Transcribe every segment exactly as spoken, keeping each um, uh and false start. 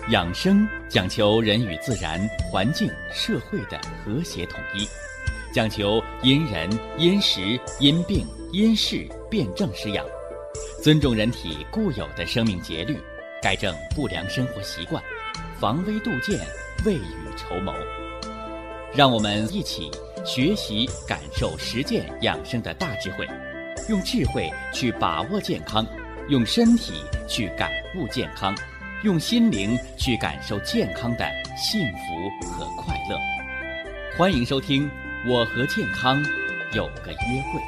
养生讲求人与自然、环境、社会的和谐统一，讲求因人、因时、因病、因事辩证施养，尊重人体固有的生命节律，改正不良生活习惯，防微杜渐，未雨绸缪。让我们一起学习、感受、实践养生的大智慧，用智慧去把握健康，用身体去感悟健康，用心灵去感受健康的幸福和快乐。欢迎收听《我和健康有个约会》。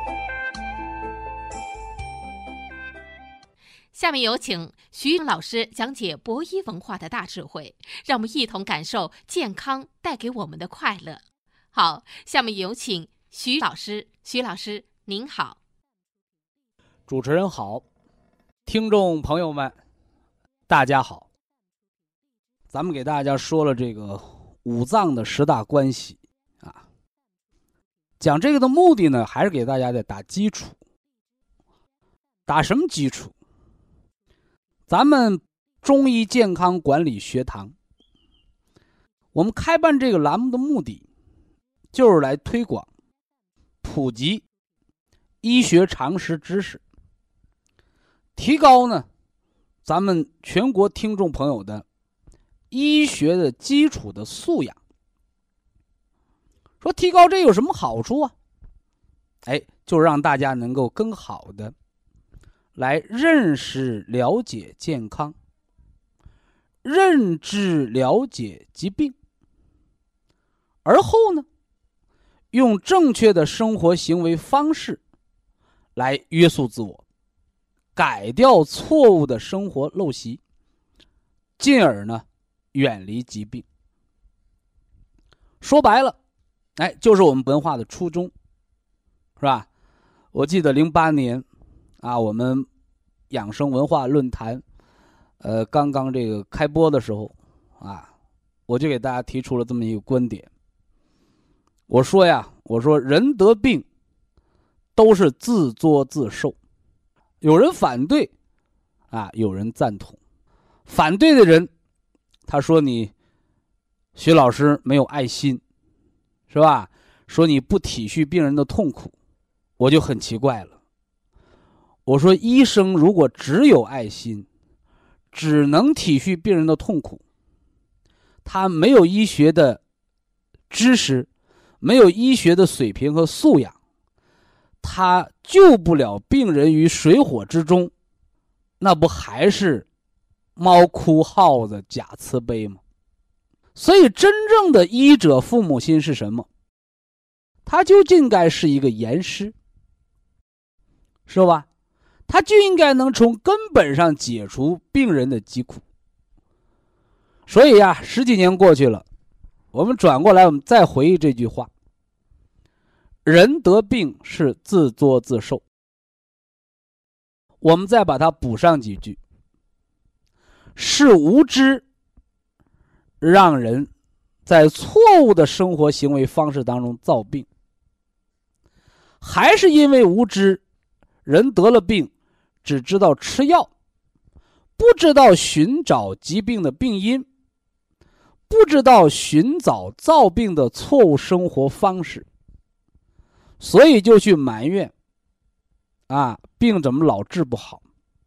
下面有请徐老师讲解博医文化的大智慧，让我们一同感受健康带给我们的快乐。好，下面有请徐老师。徐老师您好。 主持人好，听众朋友们大家好。咱们给大家说了这个五脏的十大关系啊，讲这个的目的呢，还是给大家在打基础。打什么基础？咱们中医健康管理学堂，我们开办这个栏目的目的，就是来推广、普及医学常识知识，提高呢咱们全国听众朋友的医学的基础的素养。说提高这有什么好处啊？哎，就是让大家能够更好的来认识了解健康，认知了解疾病，而后呢用正确的生活行为方式来约束自我，改掉错误的生活陋习，进而呢远离疾病。说白了，哎，就是我们文化的初衷，是吧？我记得零八年啊，我们养生文化论坛，呃，刚刚这个开播的时候啊，我就给大家提出了这么一个观点。我说呀，我说人得病都是自作自受，有人反对啊，有人赞同。反对的人，他说你徐老师没有爱心，是吧？说你不体恤病人的痛苦，我就很奇怪了。我说医生如果只有爱心，只能体恤病人的痛苦，他没有医学的知识，没有医学的水平和素养，他救不了病人于水火之中，那不还是猫哭耗子假慈悲吗？所以真正的医者父母心是什么？他就应该是一个严师，是吧？他就应该能从根本上解除病人的疾苦。所以呀，十几年过去了，我们转过来，我们再回忆这句话：人得病是自作自受。我们再把它补上几句：是无知让人在错误的生活行为方式当中造病，还是因为无知，人得了病只知道吃药，不知道寻找疾病的病因，不知道寻找造病的错误生活方式，所以就去埋怨啊，病怎么老治不好。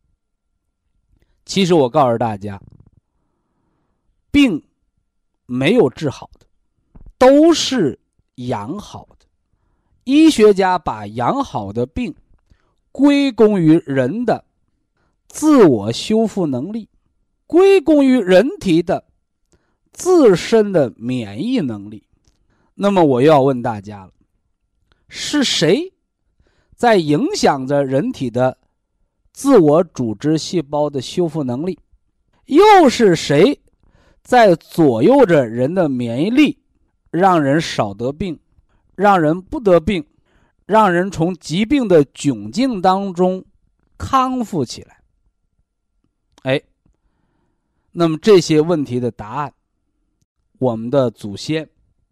其实我告诉大家，病没有治好的，都是养好的。医学家把养好的病归功于人的自我修复能力，归功于人体的自身的免疫能力。那么我又要问大家了，是谁在影响着人体的自我组织细胞的修复能力？又是谁在左右着人的免疫力，让人少得病，让人不得病，让人从疾病的窘境当中康复起来？哎，那么这些问题的答案，我们的祖先，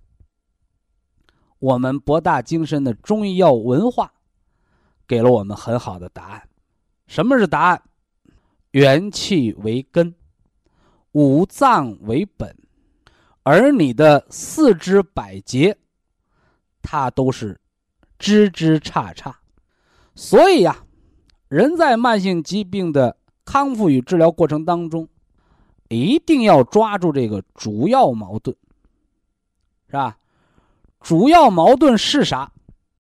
我们博大精深的中医药文化给了我们很好的答案。什么是答案？元气为根， 五脏为本，而你的四肢百节，它都是枝枝杈杈。所以呀、啊，人在慢性疾病的康复与治疗过程当中，一定要抓住这个主要矛盾，是吧？主要矛盾是啥？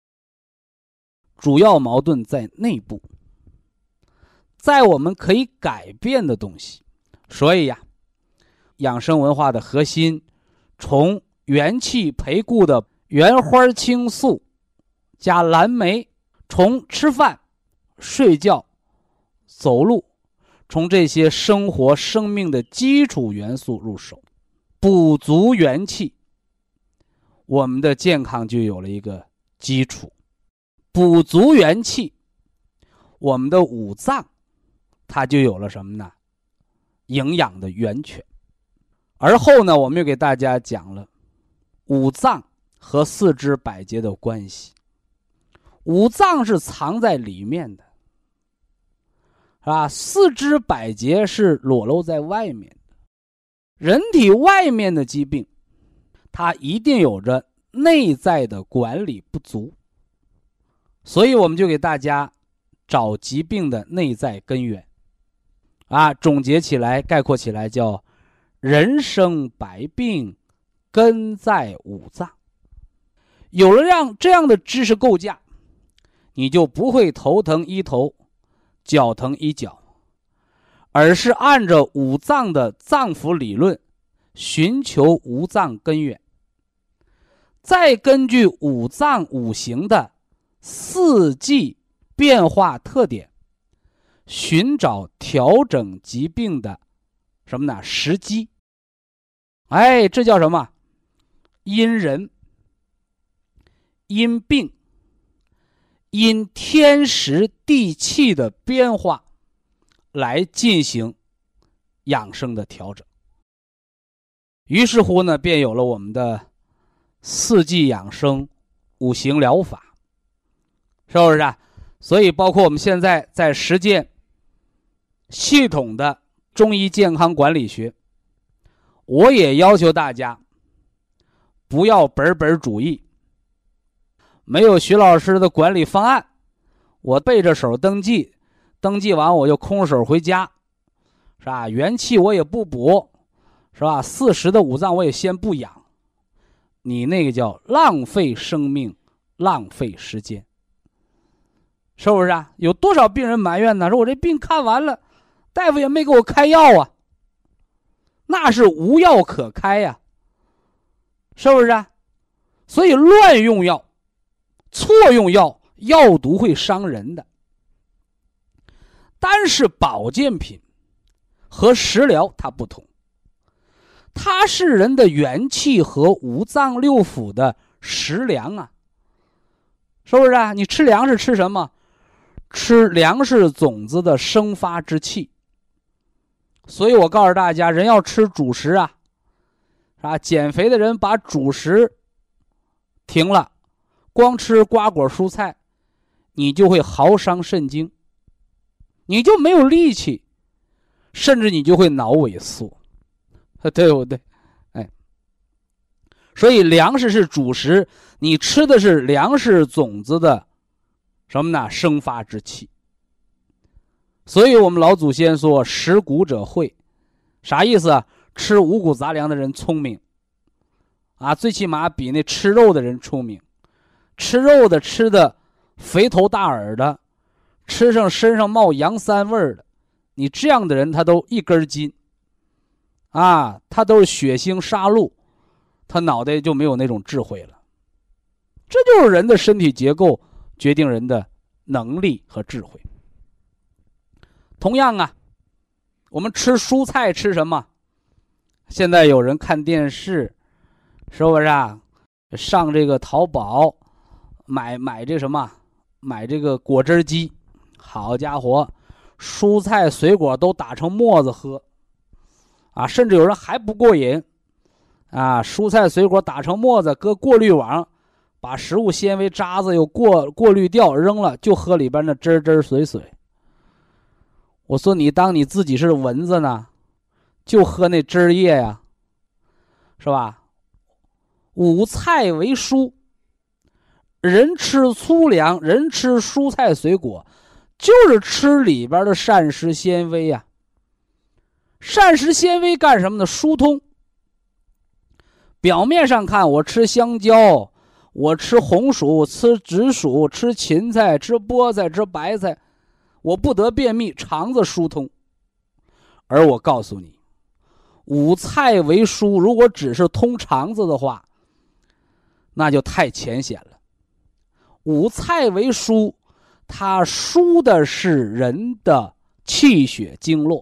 主要矛盾在内部，在我们可以改变的东西。所以呀，养生文化的核心，从元气培固的原花青素加蓝莓，从吃饭、睡觉、走路，从这些生活生命的基础元素入手，补足元气，我们的健康就有了一个基础。补足元气，我们的五脏它就有了什么呢？营养的源泉。而后呢，我们又给大家讲了五脏和四肢百节的关系。五脏是藏在里面的，是吧？四肢百节是裸露在外面的。人体外面的疾病，它一定有着内在的管理不足。所以我们就给大家找疾病的内在根源，啊，总结起来、概括起来叫人生百病根在五脏。有了让这样的知识构架，你就不会头疼医头，脚疼医脚，而是按照五脏的脏腑理论寻求五脏根源，再根据五脏五行的四季变化特点，寻找调整疾病的什么呢？时机。哎，这叫什么？因人、因病、因天时地气的变化来进行养生的调整。于是乎呢，便有了我们的四季养生、五行疗法。是不是啊？所以包括我们现在在实践系统的中医健康管理学，我也要求大家不要本本主义，没有徐老师的管理方案，我背着手登记，登记完我就空手回家，是吧？元气我也不补，是吧？四时的五脏我也先不养，你那个叫浪费生命，浪费时间。是不是啊？有多少病人埋怨呢？说我这病看完了，大夫也没给我开药啊。那是无药可开呀、啊，是不是啊？所以乱用药、错用药，药毒会伤人的。但是保健品和食疗它不同，它是人的元气和五脏六腑的食粮啊，是不是啊？你吃粮食吃什么？吃粮食种子的生发之气。所以我告诉大家，人要吃主食啊，啊，减肥的人把主食停了，光吃瓜果蔬菜，你就会耗伤肾精，你就没有力气，甚至你就会脑萎缩，对不对？哎，所以粮食是主食，你吃的是粮食种子的什么呢？生发之气。所以我们老祖先说食谷者慧，啥意思啊？吃五谷杂粮的人聪明啊，最起码比那吃肉的人聪明。吃肉的吃的肥头大耳的，吃上身上冒羊膻味儿的，你这样的人他都一根筋啊，他都是血腥杀戮，他脑袋就没有那种智慧了。这就是人的身体结构决定人的能力和智慧。同样啊，我们吃蔬菜吃什么？现在有人看电视，是不是啊？上这个淘宝买买这什么？买这个果汁机，好家伙，蔬菜水果都打成沫子喝啊！甚至有人还不过瘾啊，蔬菜水果打成沫子，搁过滤网，把食物纤维渣子又过过滤掉，扔了，就喝里边的汁汁水水。我说你当你自己是蚊子呢？ 就喝那汁儿液呀，是吧？五菜为蔬，人吃粗粮，人吃蔬菜水果，就是吃里边的膳食纤维呀。膳食纤维干什么呢？疏通。表面上看，我吃香蕉，我吃红薯，吃紫薯，吃芹菜，吃菠菜，吃白菜，我不得便秘，肠子疏通。而我告诉你，五菜为蔬，如果只是通肠子的话，那就太浅显了。五菜为蔬，它输的是人的气血经络，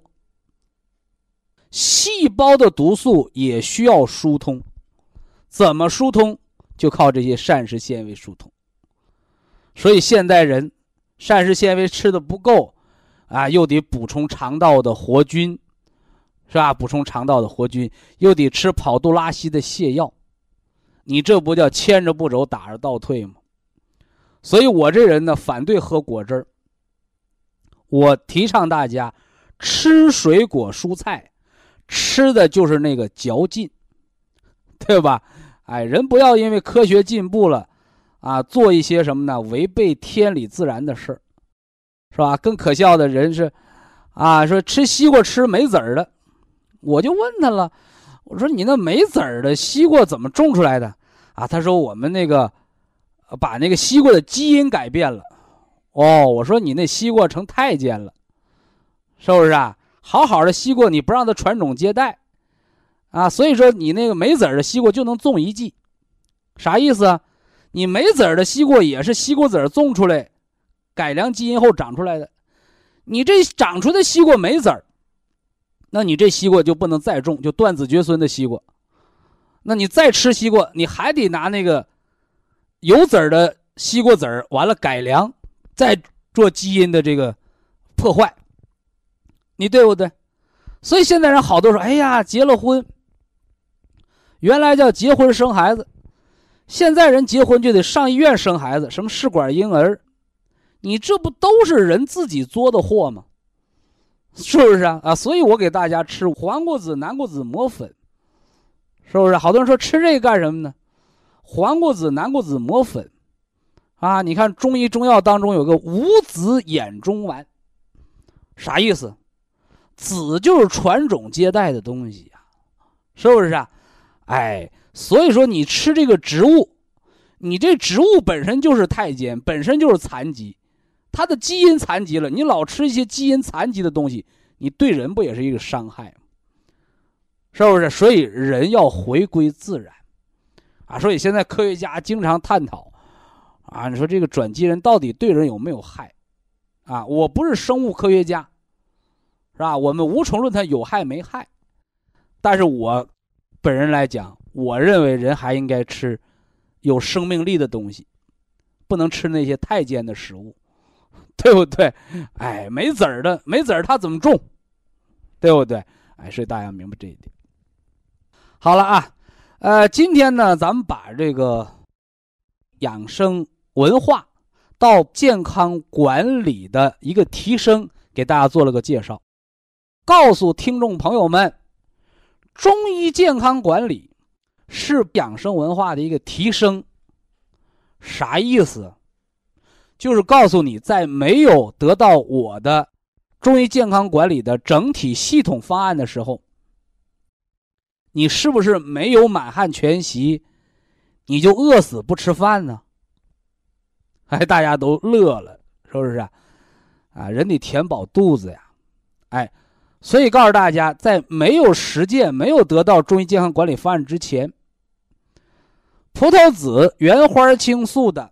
细胞的毒素也需要疏通。怎么疏通？就靠这些膳食纤维疏通。所以现代人膳食纤维吃的不够啊，又得补充肠道的活菌，是吧？补充肠道的活菌，又得吃跑杜拉西的泻药，你这不叫牵着不走，打着倒退吗？所以我这人呢，反对喝果汁儿。我提倡大家吃水果蔬菜，吃的就是那个嚼劲，对吧？哎，人不要因为科学进步了啊，做一些什么呢？违背天理自然的事儿，是吧？更可笑的人是啊，说吃西瓜吃没籽儿的，我就问他了，我说你那没籽儿的西瓜怎么种出来的啊？他说我们那个把那个西瓜的基因改变了。哦，我说你那西瓜成太监了，是不是啊？好好的西瓜你不让它传种接代啊，所以说你那个没籽儿的西瓜就能种一季，啥意思啊？你没籽儿的西瓜也是西瓜籽儿种出来，改良基因后长出来的，你这长出的西瓜没籽儿，那你这西瓜就不能再种，就断子绝孙的西瓜。那你再吃西瓜，你还得拿那个有籽儿的西瓜籽儿，完了改良，再做基因的这个破坏，你对不对？所以现在人好多说，哎呀，结了婚，原来叫结婚生孩子，现在人结婚就得上医院生孩子，什么试管婴儿，你这不都是人自己作的祸吗？是不是啊？啊，所以我给大家吃黄瓜子、南瓜子磨粉，是不是？好多人说吃这个干什么呢？黄瓜子、南瓜子磨粉，啊，你看中医中药当中有个五子衍中丸，啥意思？子就是传种接代的东西呀、啊，是不是啊？哎，所以说你吃这个植物，你这植物本身就是太监，本身就是残疾，它的基因残疾了，你老吃一些基因残疾的东西，你对人不也是一个伤害吗？是不是？所以人要回归自然啊！所以现在科学家经常探讨啊，你说这个转基因到底对人有没有害啊？我不是生物科学家，是吧？我们无从论它有害没害，但是我本人来讲，我认为人还应该吃有生命力的东西，不能吃那些太监的食物，对不对？哎，没籽儿的，没籽儿它怎么种，对不对？哎，所以大家明白这一点。好了啊，呃，今天呢，咱们把这个养生文化到健康管理的一个提升，给大家做了个介绍，告诉听众朋友们，中医健康管理是养生文化的一个提升。啥意思？就是告诉你，在没有得到我的中医健康管理的整体系统方案的时候，你是不是没有满汉全席，你就饿死不吃饭呢？哎，大家都乐了，是不是啊？啊，人得填饱肚子呀。哎，所以告诉大家，在没有实践、没有得到中医健康管理方案之前，葡萄籽原花青素的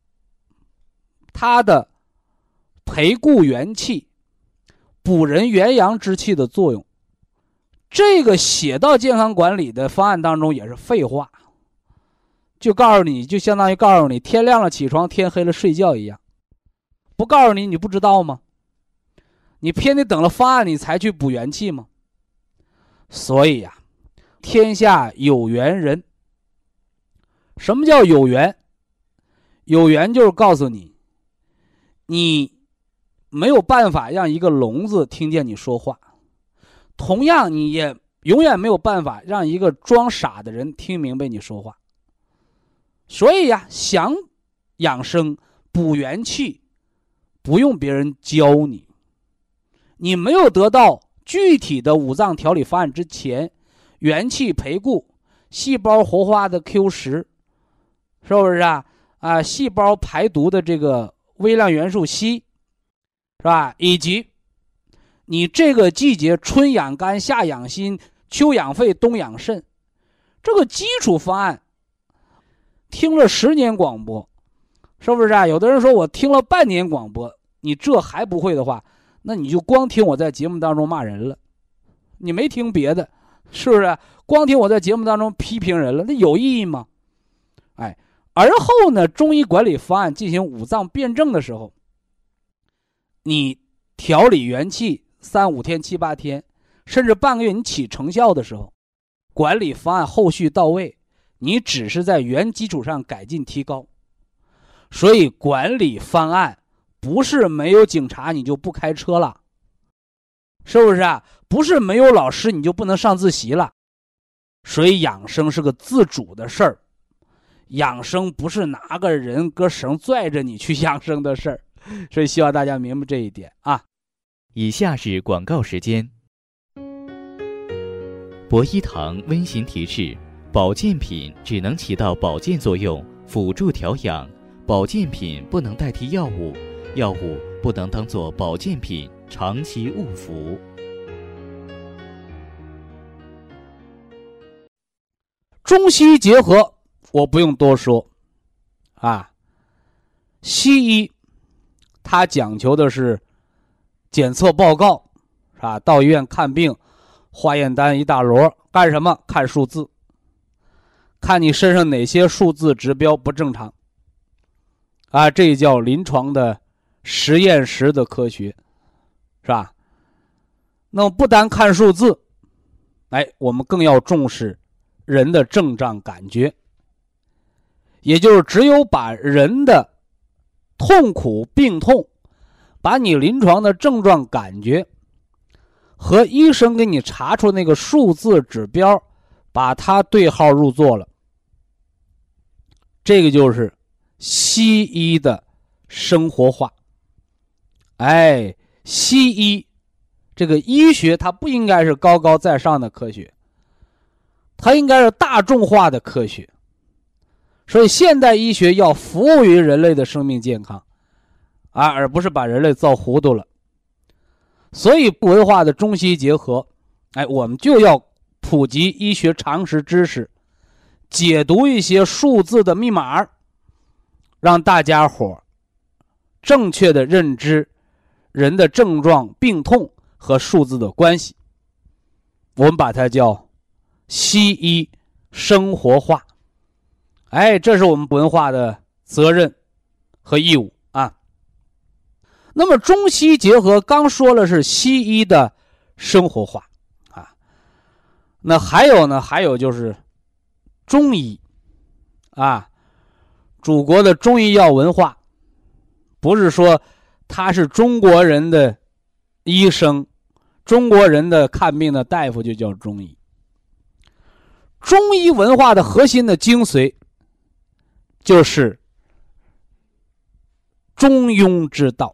它的培固元气、补人元阳之气的作用，这个写到健康管理的方案当中也是废话，就告诉你，就相当于告诉你天亮了起床，天黑了睡觉一样，不告诉你你不知道吗？你偏得等了方案你才去补元气吗？所以呀、啊，天下有缘人。什么叫有缘？有缘就是告诉你，你没有办法让一个聋子听见你说话，同样你也永远没有办法让一个装傻的人听明白你说话。所以呀，想养生补元气，不用别人教你。你没有得到具体的五脏调理方案之前，元气培固、细胞活化的 Q 十，是不是啊？啊，细胞排毒的这个微量元素硒，是吧？以及你这个季节春养肝、夏养心、秋养肺、冬养肾，这个基础方案，听了十年广播，是不是啊？有的人说我听了半年广播，你这还不会的话，那你就光听我在节目当中骂人了，你没听别的，是不是？光听我在节目当中批评人了，那有意义吗？哎，而后呢，中医管理方案进行五脏辩证的时候，你调理元气三五天、七八天，甚至半个月，你起成效的时候，管理方案后续到位，你只是在原基础上改进提高。所以管理方案不是没有警察你就不开车了，是不是啊？不是没有老师你就不能上自习了。所以养生是个自主的事儿，养生不是拿个人搁绳拽着你去养生的事儿，所以希望大家明白这一点啊。 以下是广告时间。博一堂温馨提示：保健品只能起到保健作用，辅助调养，保健品不能代替药物，药物不能当作保健品长期误服。 中西医结合，我不用多说啊。西医它讲求的是检测报告，是吧？到医院看病，化验单一大摞，干什么？看数字，看你身上哪些数字指标不正常啊，这叫临床的实验室的科学，是吧？那么不单看数字，哎，我们更要重视人的症状感觉，也就是只有把人的痛苦病痛，把你临床的症状感觉和医生给你查出那个数字指标，把它对号入座了，这个就是西医的生活化。哎，西医这个医学它不应该是高高在上的科学，它应该是大众化的科学。所以现代医学要服务于人类的生命健康啊，而不是把人类造糊涂了。所以文化的中西结合，哎，我们就要普及医学常识知识，解读一些数字的密码，让大家伙正确的认知人的症状病痛和数字的关系。我们把它叫西医生活化。哎，这是我们文化的责任和义务啊。那么中西结合，刚说了是西医的生活化啊，那还有呢，还有就是中医啊，祖国的中医药文化，不是说他是中国人的医生，中国人的看病的大夫就叫中医。中医文化的核心的精髓就是中庸之道。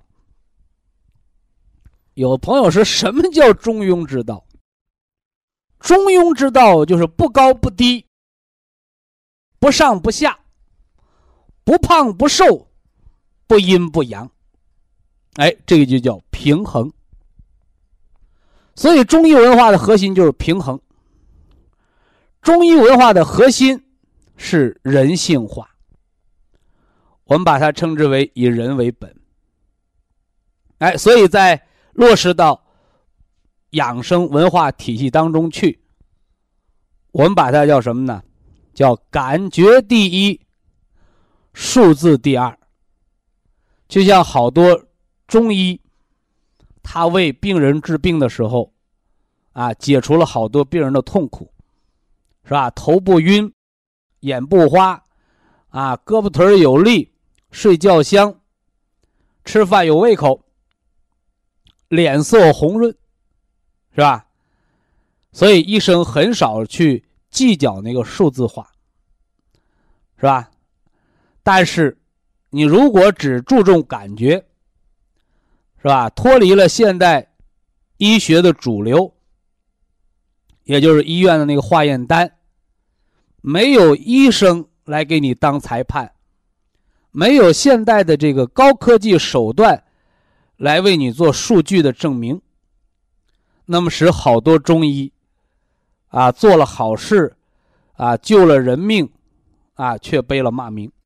有朋友说什么叫中庸之道？中庸之道就是不高不低，不上不下，不胖不瘦，不阴不阳。哎，这个就叫平衡。所以中医文化的核心就是平衡。中医文化的核心是人性化，我们把它称之为以人为本。哎，所以在落实到养生文化体系当中去，我们把它叫什么呢？叫感觉第一，数字第二。就像好多中医，他为病人治病的时候啊，解除了好多病人的痛苦，是吧？头不晕，眼不花啊，胳膊腿有力，睡觉香，吃饭有胃口，脸色红润，是吧？ 所以医生很少去计较那个数字化，是吧？但是你如果只注重感觉，是吧？脱离了现代医学的主流，也就是医院的那个化验单，没有医生来给你当裁判，没有现代的这个高科技手段来为你做数据的证明，那么使好多中医啊做了好事啊救了人命啊却背了骂名。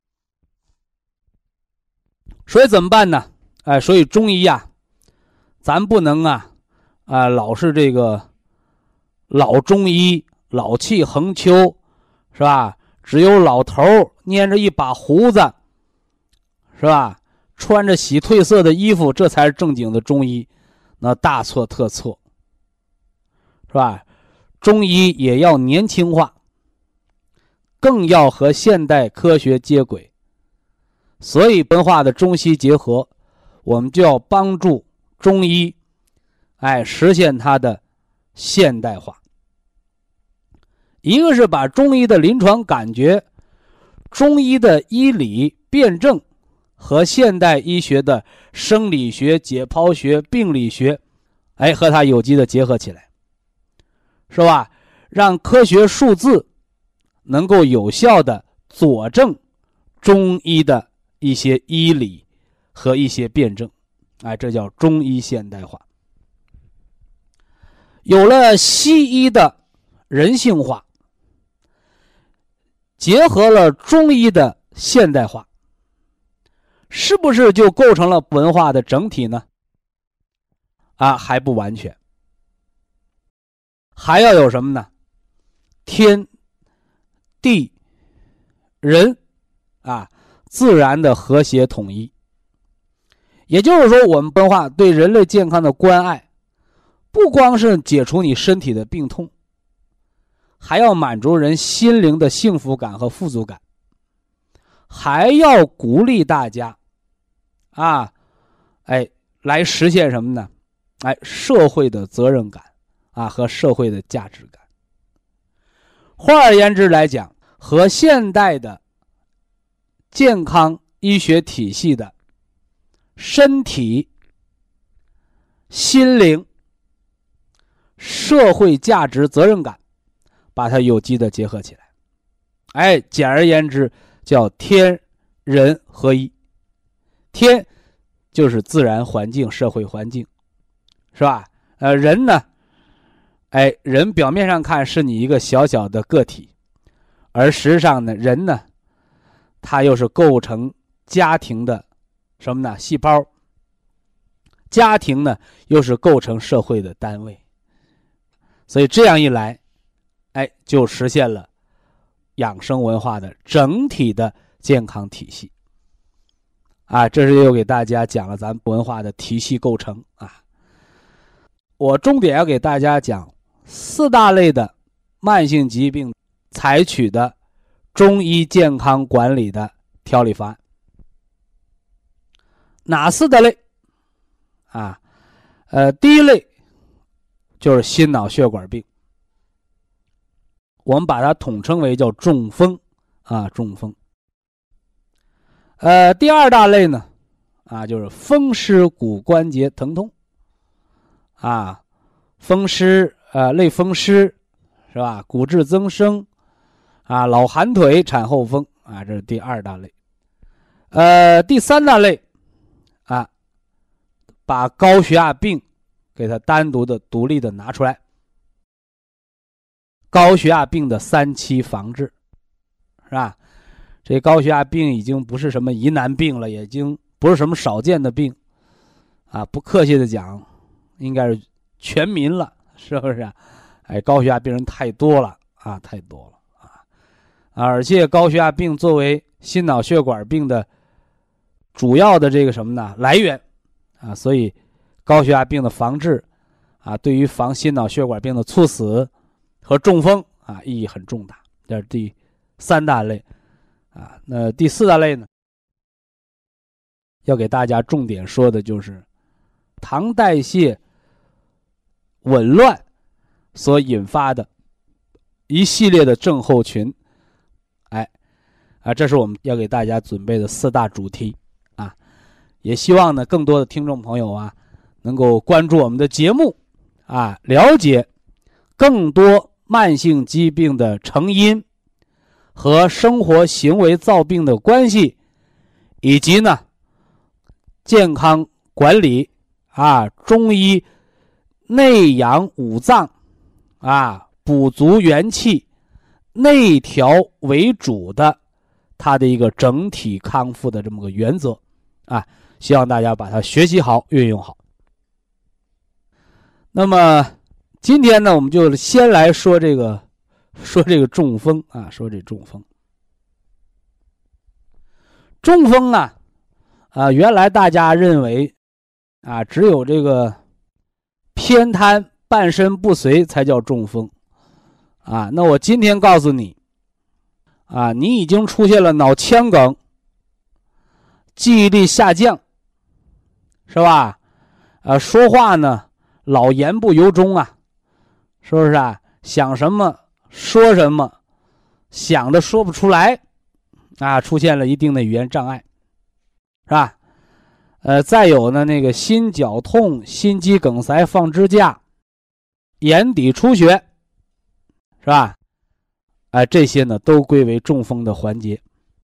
所以怎么办呢？哎，所以中医呀，咱不能啊啊老是这个老中医老气横秋，是吧？只有老头捏着一把胡子，是吧？穿着洗褪色的衣服，这才是正经的中医，那大错特错，是吧？中医也要年轻化，更要和现代科学接轨。所以文化的中西结合，我们就要帮助中医哎实现它的现代化。一个是把中医的临床感觉、中医的医理辩证和现代医学的生理学、解剖学、病理学哎和它有机的结合起来，是吧？让科学数字能够有效的佐证中医的一些医理和一些辩证，哎，这叫中医现代化。有了西医的人性化，结合了中医的现代化，是不是就构成了文化的整体呢？啊，还不完全，还要有什么呢？天、地、人啊，自然的和谐统一。也就是说，我们文化对人类健康的关爱，不光是解除你身体的病痛，还要满足人心灵的幸福感和富足感，还要鼓励大家啊，哎，来实现什么呢？哎，社会的责任感啊和社会的价值感。换而言之来讲，和现代的健康医学体系的身体、心灵、社会价值责任感，把它有机的结合起来。哎，简而言之，叫天人合一。天就是自然环境、社会环境，是吧？呃，人呢，哎，人表面上看是你一个小小的个体，而实际上呢，人呢，它又是构成家庭的什么呢？细胞。家庭呢，又是构成社会的单位。所以这样一来，哎，就实现了养生文化的整体的健康体系。啊，这是又给大家讲了咱们文化的体系构成啊。我重点要给大家讲四大类的慢性疾病采取的中医健康管理的调理方案。哪四大类？啊，呃，第一类就是心脑血管病，我们把它统称为叫中风啊，中风。呃，第二大类呢，啊，就是风湿骨关节疼痛，啊，风湿呃类风湿是吧？骨质增生，啊，老寒腿、产后风啊，这是第二大类。呃，第三大类，啊，把高血压病给它单独的、独立的拿出来。高血压病的三期防治，是吧？这高血压病已经不是什么疑难病了，也已经不是什么少见的病，啊，不客气的讲，应该是全民了，是不是？哎，高血压病人太多了啊，太多了啊！而且高血压病作为心脑血管病的主要的这个什么呢来源啊，所以高血压病的防治啊，对于防心脑血管病的猝死和中风啊，意义很重大。这是第三大类啊。那第四大类呢，要给大家重点说的就是糖代谢紊乱所引发的一系列的症候群。哎，啊，这是我们要给大家准备的四大主题啊，也希望呢更多的听众朋友啊能够关注我们的节目啊，了解更多慢性疾病的成因和生活行为造病的关系，以及呢健康管理啊，中医内养五脏啊，补足元气，内调为主的它的一个整体康复的这么个原则啊，希望大家把它学习好，运用好。那么今天呢，我们就先来说这个说这个中风啊，说这中风。中风啊，啊，原来大家认为啊，只有这个偏瘫、半身不遂才叫中风啊。那我今天告诉你啊，你已经出现了脑腔梗、记忆力下降，是吧？啊，说话呢老言不由衷啊，是不是啊？想什么说什么，想的说不出来啊，出现了一定的语言障碍，是吧？呃，再有呢，那个心绞痛、心肌梗塞、放支架、眼底出血，是吧？哎、呃，这些呢都归为中风的环节。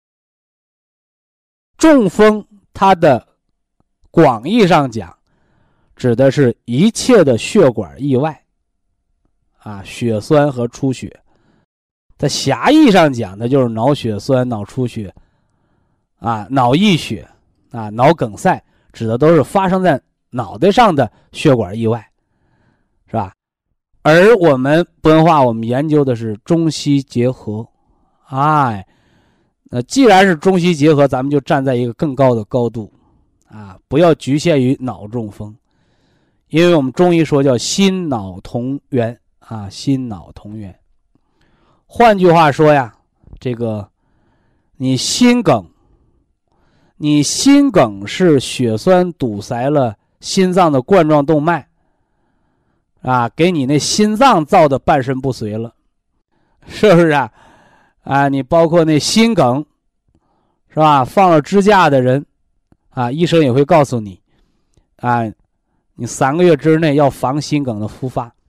中风它的广义上讲，指的是一切的血管意外啊，血栓和出血；在狭义上讲的就是脑血栓、脑出血啊、脑溢血啊、脑梗塞，指的都是发生在脑袋上的血管意外，是吧？而我们不文化，我们研究的是中西结合，哎，那既然是中西结合，咱们就站在一个更高的高度啊，不要局限于脑中风，因为我们中医说叫心脑同源啊，心脑同源。换句话说呀，这个你心梗，你心梗是血栓堵塞了心脏的冠状动脉啊，给你那心脏造的半身不遂了，是不是啊？啊，你包括那心梗，是吧？放了支架的人啊，医生也会告诉你啊，你三个月之内要防心梗的复发。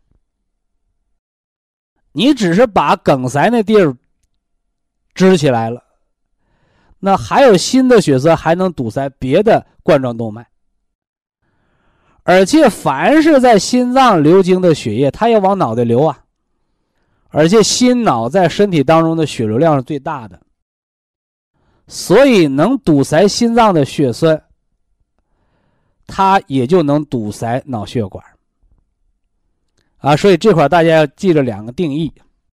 你只是把梗塞那地儿支起来了，那还有新的血栓还能堵塞别的冠状动脉，而且凡是在心脏流经的血液，它也往脑袋流啊，而且心脑在身体当中的血流量是最大的，所以能堵塞心脏的血栓，它也就能堵塞脑血管啊。所以这块大家要记着两个定义，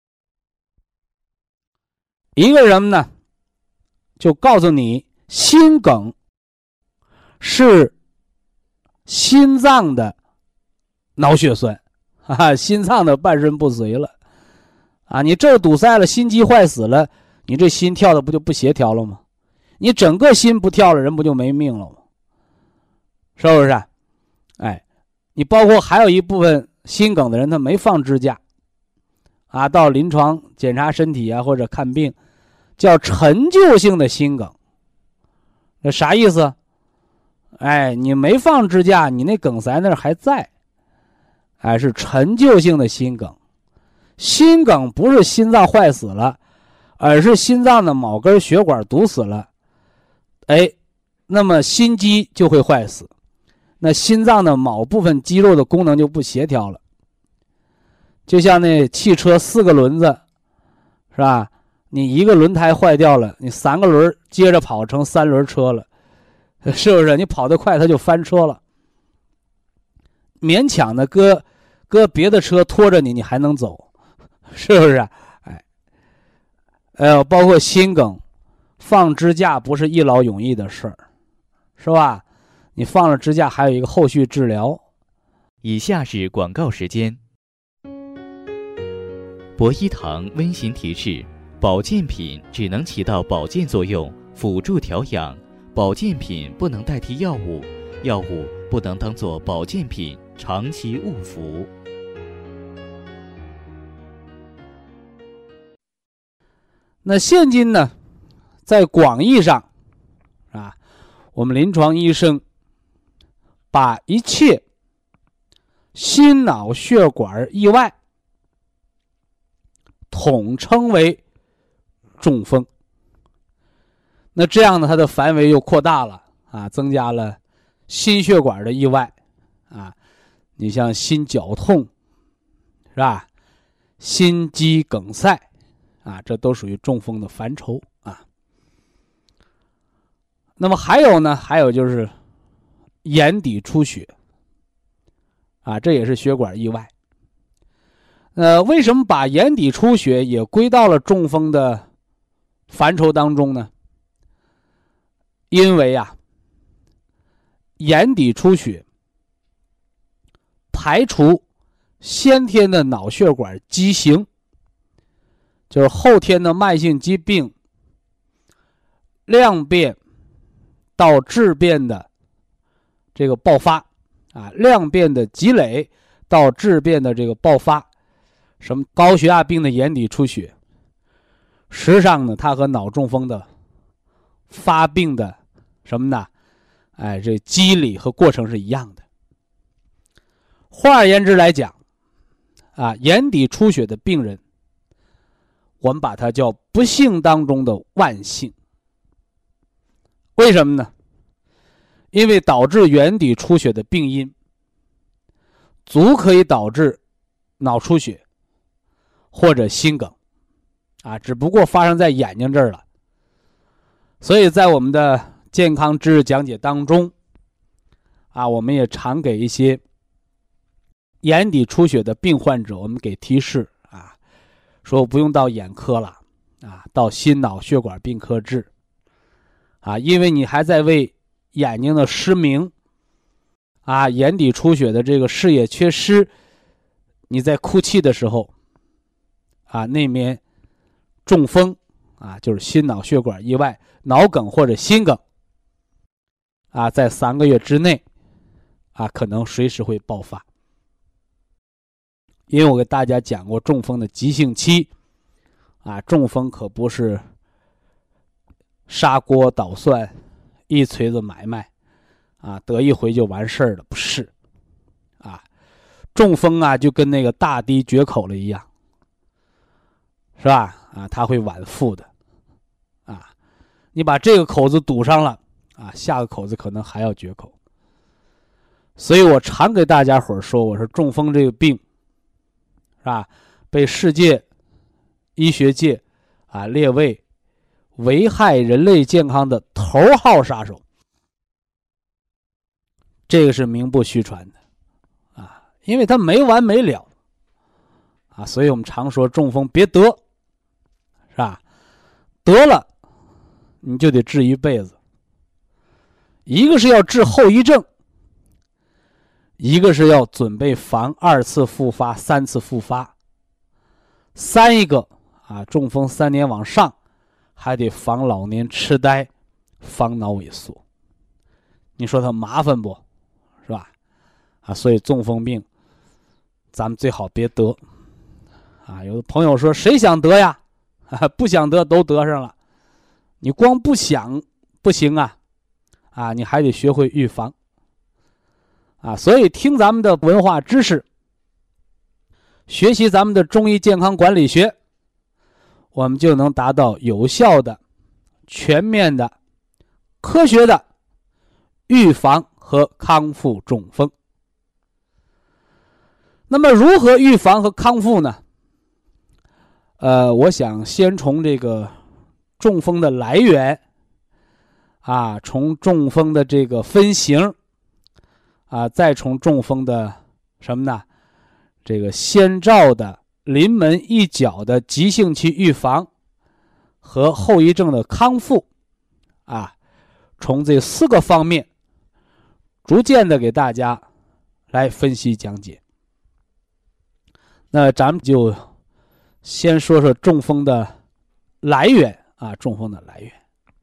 一个人呢就告诉你心梗是心脏的脑血栓啊，心脏的半身不遂了啊，你这儿堵塞了，心肌坏死了，你这心跳的不就不协调了吗？你整个心不跳了，人不就没命了吗？是不是？哎，你包括还有一部分心梗的人，他没放支架啊，到临床检查身体啊或者看病，叫陈旧性的心梗。那啥意思？哎，你没放支架，你那梗塞那儿还在，哎，是陈旧性的心梗。心梗不是心脏坏死了，而是心脏的某根血管堵死了，哎，那么心肌就会坏死，那心脏的某部分肌肉的功能就不协调了。就像那汽车四个轮子，是吧？你一个轮胎坏掉了，你三个轮接着跑成三轮车了，是不是？你跑得快，它就翻车了。勉强的搁搁别的车拖着你，你还能走，是不是？哎，呃，包括心梗，放支架不是一劳永逸的事儿，是吧？你放了支架，还有一个后续治疗。 以下是广告时间。博一堂温馨提示：保健品只能起到保健作用，辅助调养，保健品不能代替药物，药物不能当作保健品长期误服。 那现今呢，在广义上啊，我们临床医生把一切心脑血管意外统称为中风。那这样呢，它的范围又扩大了啊，增加了心血管的意外啊，你像心绞痛是吧？心肌梗塞啊，这都属于中风的范畴啊。那么还有呢，还有就是眼底出血啊，这也是血管意外。呃，为什么把眼底出血也归到了中风的范畴当中呢？因为啊，眼底出血排除先天的脑血管畸形，就是后天的慢性疾病量变到质变的这个爆发啊，量变的积累到质变的这个爆发，什么高血压病的眼底出血，实际上呢，它和脑中风的发病的什么呢？哎，这机理和过程是一样的。换而言之来讲，啊，眼底出血的病人，我们把它叫不幸当中的万幸。为什么呢？因为导致眼底出血的病因，足可以导致脑出血或者心梗，啊，只不过发生在眼睛这儿了。所以在我们的健康知识讲解当中，啊，我们也常给一些眼底出血的病患者，我们给提示啊，说不用到眼科了，啊，到心脑血管病科治，啊，因为你还在为眼睛的失明，啊，眼底出血的这个视野缺失，你在哭泣的时候，啊，那面中风，啊，就是心脑血管意外、脑梗或者心梗，啊，在三个月之内，啊，可能随时会爆发。因为我给大家讲过中风的急性期，啊，中风可不是砂锅捣蒜、一锤子买卖，啊，得一回就完事儿了，不是，啊，中风啊就跟那个大堤决口了一样，是吧？啊，它会晚复的，啊，你把这个口子堵上了，啊，下个口子可能还要决口。所以我常给大家伙儿说，我说中风这个病，是吧？被世界医学界啊列为危害人类健康的头号杀手，这个是名不虚传的啊，因为它没完没了啊，所以我们常说中风别得，是吧？得了你就得治一辈子，一个是要治后遗症，一个是要准备防二次复发、三次复发，三一个啊，中风三年往上，还得防老年痴呆、防脑萎缩。你说它麻烦不？是吧？啊，所以中风病，咱们最好别得。啊，有的朋友说谁想得呀？啊，不想得都得上了，你光不想不行啊，啊，你还得学会预防。啊，所以听咱们的文化知识，学习咱们的中医健康管理学，我们就能达到有效的、全面的、科学的预防和康复中风。那么如何预防和康复呢？呃，我想先从这个中风的来源啊，从中风的这个分型啊，再从中风的什么呢？这个先兆的临门一脚的急性期预防和后遗症的康复啊，从这四个方面逐渐的给大家来分析讲解。那咱们就先说说中风的来源啊，中风的来源。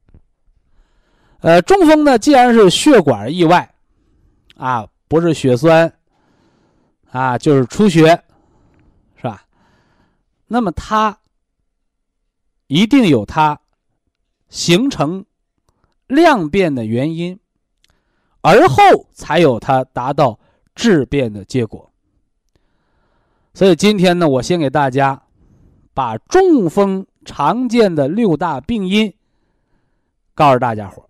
呃，中风呢，既然是血管意外啊，不是血栓啊，就是出血，是吧？那么它一定有它形成量变的原因，而后才有它达到质变的结果。所以今天呢，我先给大家把中风常见的六大病因告诉大家伙，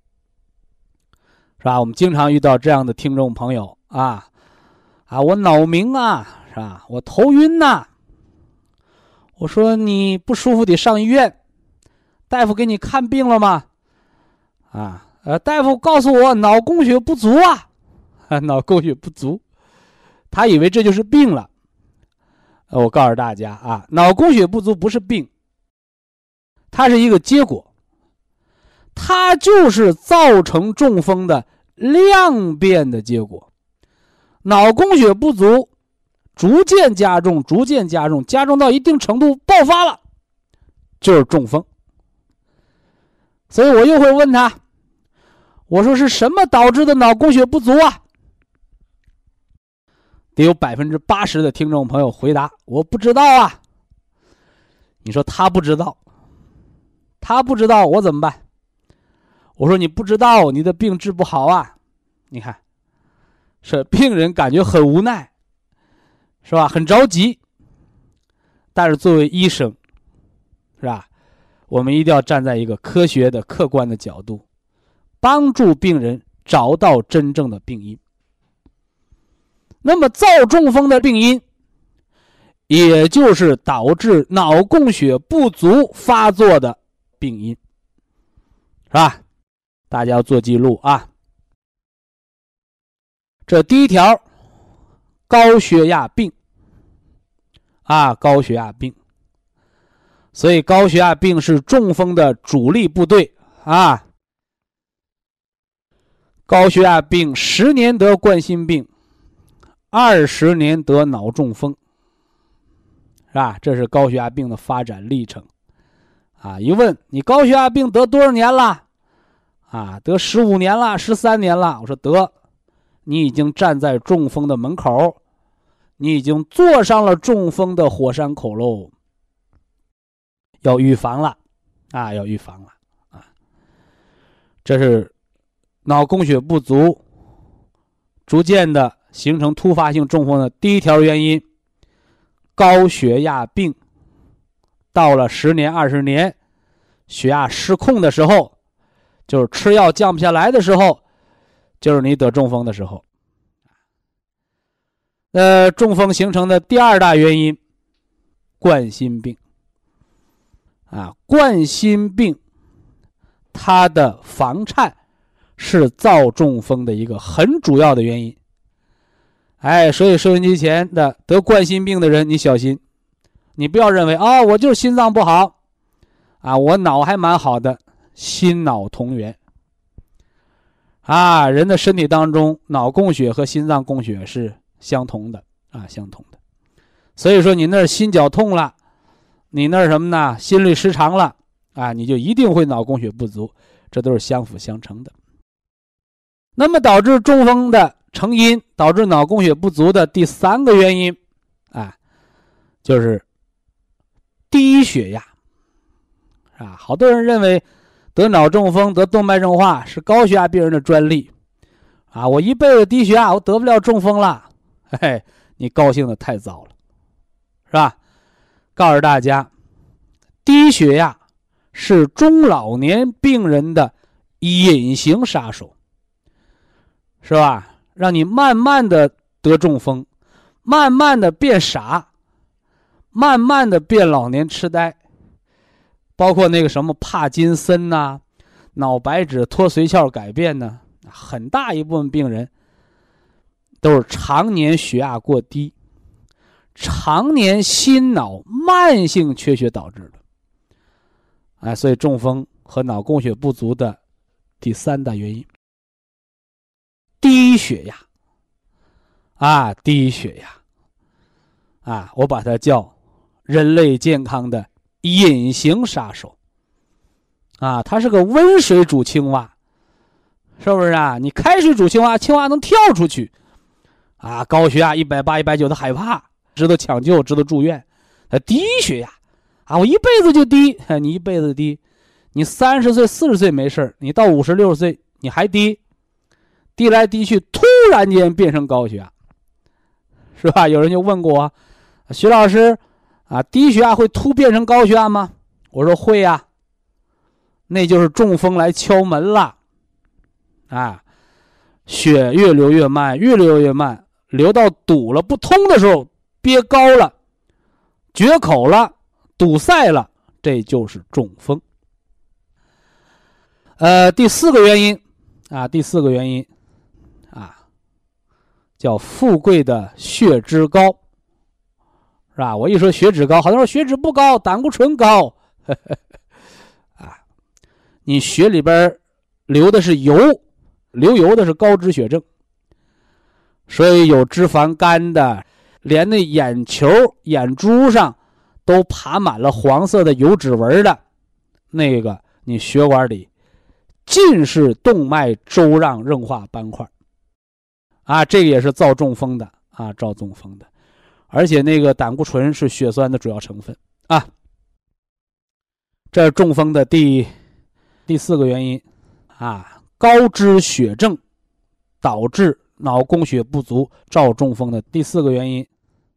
是吧？我们经常遇到这样的听众朋友啊啊，我脑鸣啊，是吧？我头晕呐、啊。我说你不舒服得上医院，大夫给你看病了吗？啊，呃，大夫告诉我脑供血不足啊，啊脑供血不足，他以为这就是病了。呃、我告诉大家啊，脑供血不足不是病，它是一个结果，它就是造成中风的量变的结果。脑供血不足逐渐加重，逐渐加重，加重到一定程度爆发了，就是中风。所以我又会问他，我说是什么导致的脑供血不足啊？得有百分之八十的听众朋友回答我不知道啊。你说他不知道，他不知道我怎么办？我说你不知道，你的病治不好啊。你看，是病人感觉很无奈，是吧？很着急。但是作为医生，是吧？我们一定要站在一个科学的、客观的角度，帮助病人找到真正的病因。那么造中风的病因，也就是导致脑供血不足发作的病因，是吧？大家要做记录啊。这第一条，高血压病啊，高血压病。所以高血压病是中风的主力部队啊。高血压病十年得冠心病，二十年得脑中风，是吧？这是高血压病的发展历程啊。一问你高血压病得多少年了？啊，得十五年了，十三年了。我说得，你已经站在中风的门口，你已经坐上了中风的火山口喽。要预防了啊，要预防了啊。这是脑供血不足逐渐的形成突发性中风的第一条原因。高血压病到了十年二十年，血压失控的时候，就是吃药降不下来的时候，就是你得中风的时候。呃，中风形成的第二大原因，冠心病啊，冠心病它的房颤是造中风的一个很主要的原因。哎，所以收音机前的得冠心病的人，你小心，你不要认为哦，我就是心脏不好啊，我脑还蛮好的，心脑同源啊，人的身体当中脑供血和心脏供血是相同的啊，相同的。所以说你那儿心绞痛了，你那儿什么呢？心律失常了啊，你就一定会脑供血不足，这都是相辅相成的。那么导致中风的成因，导致脑供血不足的第三个原因啊，就是低血压啊。好多人认为得脑中风、得动脉硬化是高血压病人的专利啊，我一辈子低血压，我得不了中风了。嘿，你高兴的太早了，是吧？告诉大家，低血压是中老年病人的隐形杀手，是吧？让你慢慢的得中风，慢慢的变傻，慢慢的变老年痴呆，包括那个什么帕金森呐、啊、脑白质脱髓鞘改变呢，很大一部分病人都是常年血压过低，常年心脑慢性缺血导致的。哎，所以中风和脑供血不足的第三大原因，低血压啊，低血压啊，我把它叫人类健康的隐形杀手啊，它是个温水煮青蛙，是不是啊？你开水煮青蛙，青蛙能跳出去啊，高血压一百八、一百九的害怕，值得抢救，值得住院。它低血压啊，我一辈子就低，你一辈子低，你三十岁、四十岁没事，你到五十六十岁你还低，低来低去，突然间变成高血压，是吧？有人就问过我，徐老师啊，低血压会突变成高血压吗？我说会呀、啊，那就是中风来敲门了，啊，血越流越慢，越流越慢，流到堵了不通的时候，憋高了，决口了，堵塞了，这就是中风。呃，第四个原因啊，第四个原因啊，叫富贵的血脂高，是吧？我一说血脂高，好多人说血脂不高，胆固醇高，呵呵啊，你血里边流的是油，流油的是高脂血症，所以有脂肪肝的，连那眼球、眼珠上都爬满了黄色的油脂纹的，那个你血管里尽是动脉粥样硬化斑块，啊，这个也是造中风的啊，造中风的，而且那个胆固醇是血栓的主要成分啊。这是中风的第第四个原因啊，高脂血症导致脑供血不足造中风的第四个原因。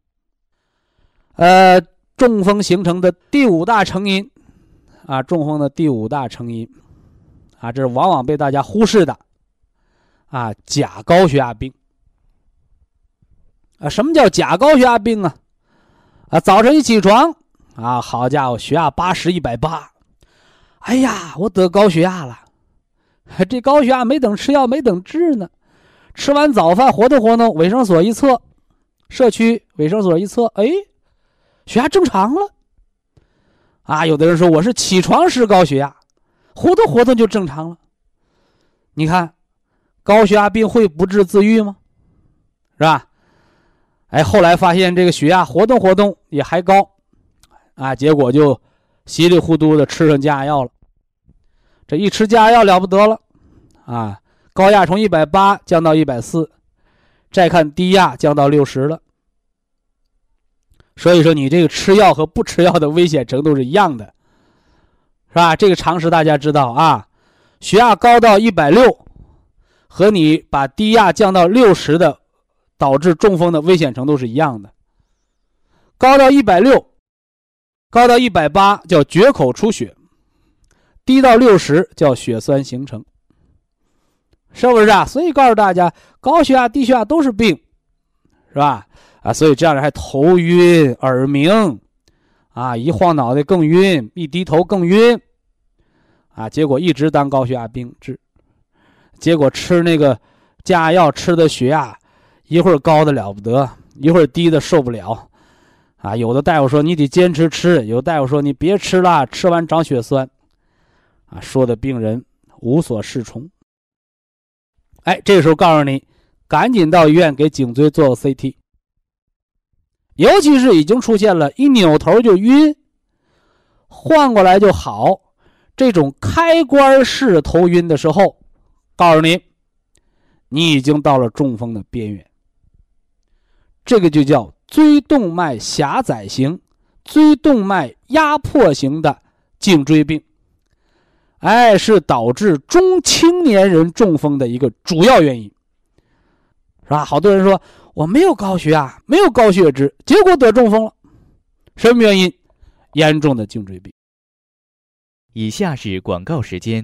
呃，中风形成的第五大成因啊，中风的第五大成因啊，这是往往被大家忽视的啊，假高血压病啊。什么叫假高血压病啊？啊，早晨一起床啊，好家伙，血压八十、一百八，哎呀，我得高血压了。这高血压没等吃药，没等治呢，吃完早饭活动活动，卫生所一测，社区卫生所一测，哎，血压正常了。啊，有的人说我是起床时高血压，活动活动就正常了。你看，高血压病会不治自愈吗？是吧？哎，后来发现这个血压活动活动也还高，啊，结果就稀里糊涂的吃上降压药了。这一吃降压药了不得了，啊，高压从一百八降到一百四，再看低压降到六十了。所以说，你这个吃药和不吃药的危险程度是一样的，是吧？这个常识大家知道啊。血压高到一百六，和你把低压降到六十的，导致中风的危险程度是一样的。高到一百六，高到一百八叫决口出血，低到六十叫血栓形成，是不是啊？所以告诉大家，高血压、低血压都是病，是吧？啊，所以这样人还头晕、耳鸣，啊，一晃脑袋更晕，一低头更晕，啊，结果一直当高血压病治，结果吃那个降压药吃的血压一会儿高的了不得，一会儿低的受不了，啊，有的大夫说你得坚持吃，有的大夫说你别吃了，吃完长血栓，啊，说的病人无所适从。哎，这个时候告诉你，赶紧到医院给颈椎做个 C T。尤其是已经出现了一扭头就晕，换过来就好，这种开关式头晕的时候，告诉你，你已经到了中风的边缘。这个就叫椎动脉狭窄型、椎动脉压迫型的颈椎病，哎，是导致中青年人中风的一个主要原因，是吧？好多人说我没有高血压，没有高血脂，结果得中风了，什么原因？严重的颈椎病。 以下是广告时间。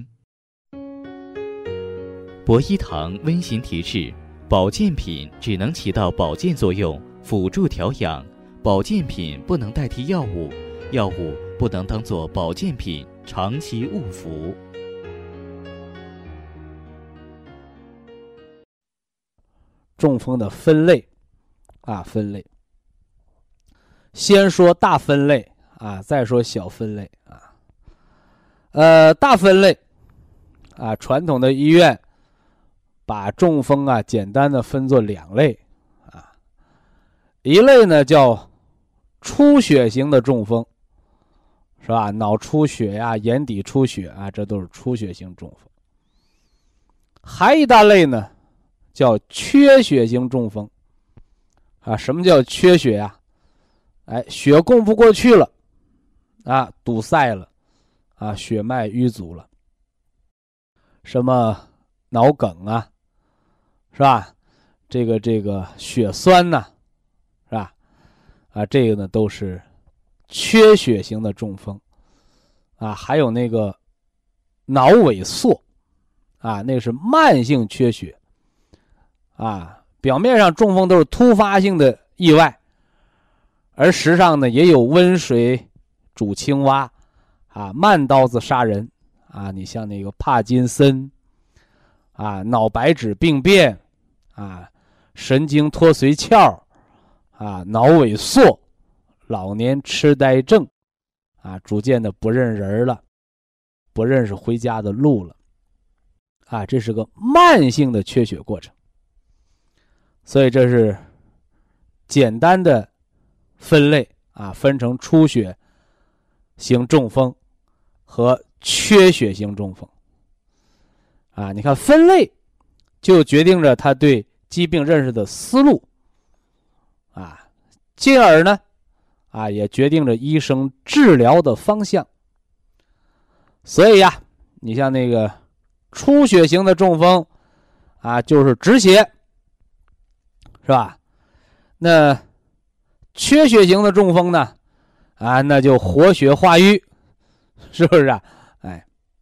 博一堂温馨提示：保健品只能起到保健作用，辅助调养，保健品不能代替药物，药物不能当作保健品长期误服。 中风的分类啊，分类。先说大分类啊，再说小分类啊。呃，大分类啊，传统的医院把中风啊简单的分作两类啊，一类呢叫出血型的中风，是吧？脑出血呀、眼底出血啊，这都是出血型中风。还一大类呢叫缺血型中风啊。什么叫缺血呀？哎，血供不过去了啊，堵塞了，啊，血脉淤阻了，什么脑梗啊，是吧？这个这个血栓呐、啊，是吧？啊，这个呢都是缺血型的中风，啊，还有那个脑萎缩，啊，那是慢性缺血，啊，表面上中风都是突发性的意外，而实际上呢，也有温水煮青蛙，啊，慢刀子杀人，啊，你像那个帕金森，啊，脑白质病变，啊，神经脱髓鞘，啊，脑萎缩，老年痴呆症，啊，逐渐的不认人了，不认识回家的路了，啊，这是个慢性的缺血过程。所以这是简单的分类啊，分成出血型中风和缺血型中风。啊，你看分类就决定着他对疾病认识的思路，啊，进而呢，啊，也决定着医生治疗的方向。所以呀，你像那个出血型的中风，啊，就是止血，是吧？那缺血型的中风呢，啊，那就活血化瘀，是不是啊？哎，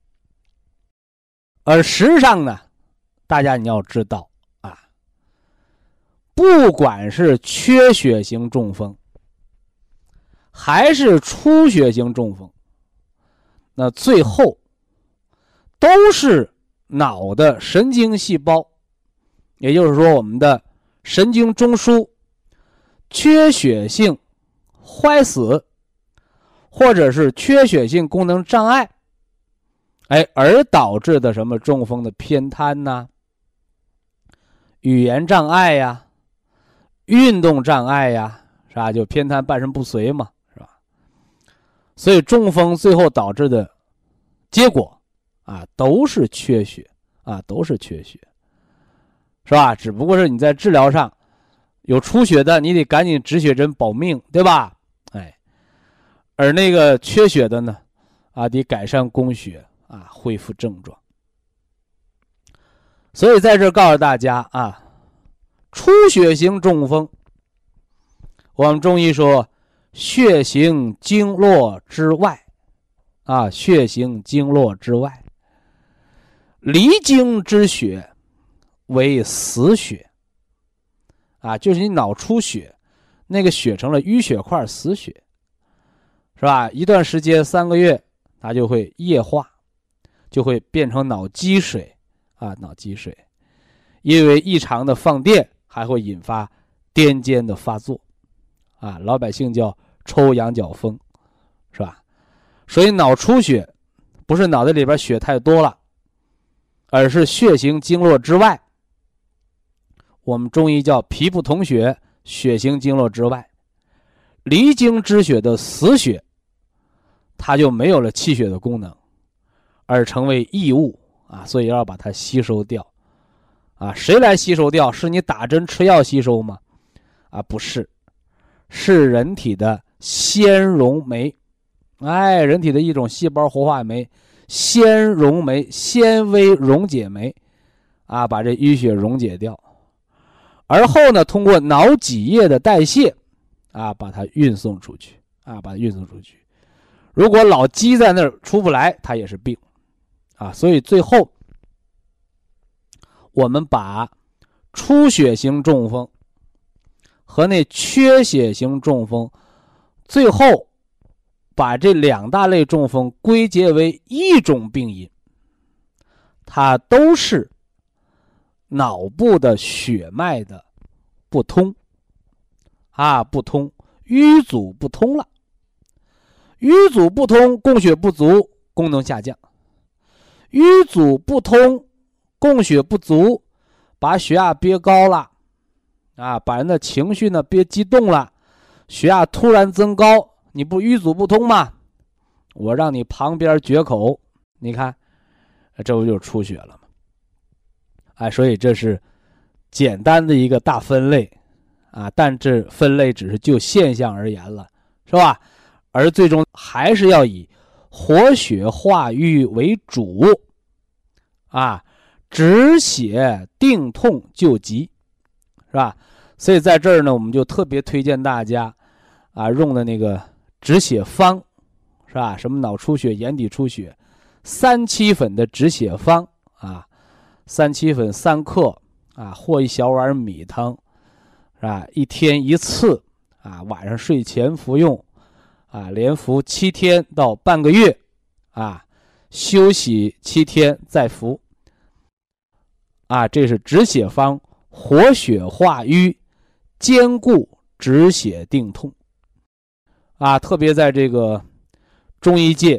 而实际上呢，大家你要知道啊，不管是缺血型中风，还是出血型中风，那最后都是脑的神经细胞，也就是说我们的神经中枢缺血性坏死，或者是缺血性功能障碍，哎，而导致的什么中风的偏瘫呐、语言障碍呀、运动障碍呀，是吧？就偏瘫半身不遂嘛，是吧？所以中风最后导致的结果啊，都是缺血啊，都是缺血，是吧？只不过是你在治疗上有出血的，你得赶紧止血针保命，对吧？哎，而那个缺血的呢，啊，得改善供血啊，恢复症状。所以在这告诉大家啊，出血型中风，我们中医说血行经络之外，啊，血行经络之外，离经之血为死血，啊，就是你脑出血，那个血成了淤血块、死血，是吧？一段时间，三个月，它就会液化，就会变成脑积水，啊，脑积水，因为异常的放电，还会引发癫痫的发作，啊，老百姓叫抽羊角风，是吧？所以脑出血不是脑袋里边血太多了，而是血行经络之外，我们中医叫脾不统血，血行经络之外，离经之血的死血，它就没有了气血的功能，而成为异物啊，所以要把它吸收掉啊。谁来吸收掉？是你打针吃药吸收吗？啊，不是，是人体的纤溶酶，哎，人体的一种细胞活化酶，纤溶酶、纤维溶解酶，啊，把这淤血溶解掉，而后呢，通过脑脊液的代谢，啊，把它运送出去，啊，把它运送出去。如果老积在那儿出不来，它也是病，啊，所以最后我们把出血型中风和那缺血型中风，最后把这两大类中风归结为一种病因，它都是脑部的血脉的不通，啊，不通，淤阻不通了。淤阻不通，供血不足，功能下降；淤阻不通，供血不足，把血压憋高了，啊，把人的情绪呢憋激动了，血压突然增高，你不淤阻不通吗？我让你旁边决口，你看，这不就是出血了吗？哎，所以这是简单的一个大分类，啊，但这分类只是就现象而言了，是吧？ 而最终还是要以活血化瘀为主啊，止血定痛救急，是吧？所以在这儿呢，我们就特别推荐大家啊用的那个止血方，是吧？什么脑出血、眼底出血，三七粉的止血方啊，三七粉三克啊，或一小碗米汤，是吧？一天一次啊，晚上睡前服用啊，连服七天到半个月啊，休息七天再服啊，这是止血方，活血化瘀，兼顾止血定痛啊。特别在这个中医界，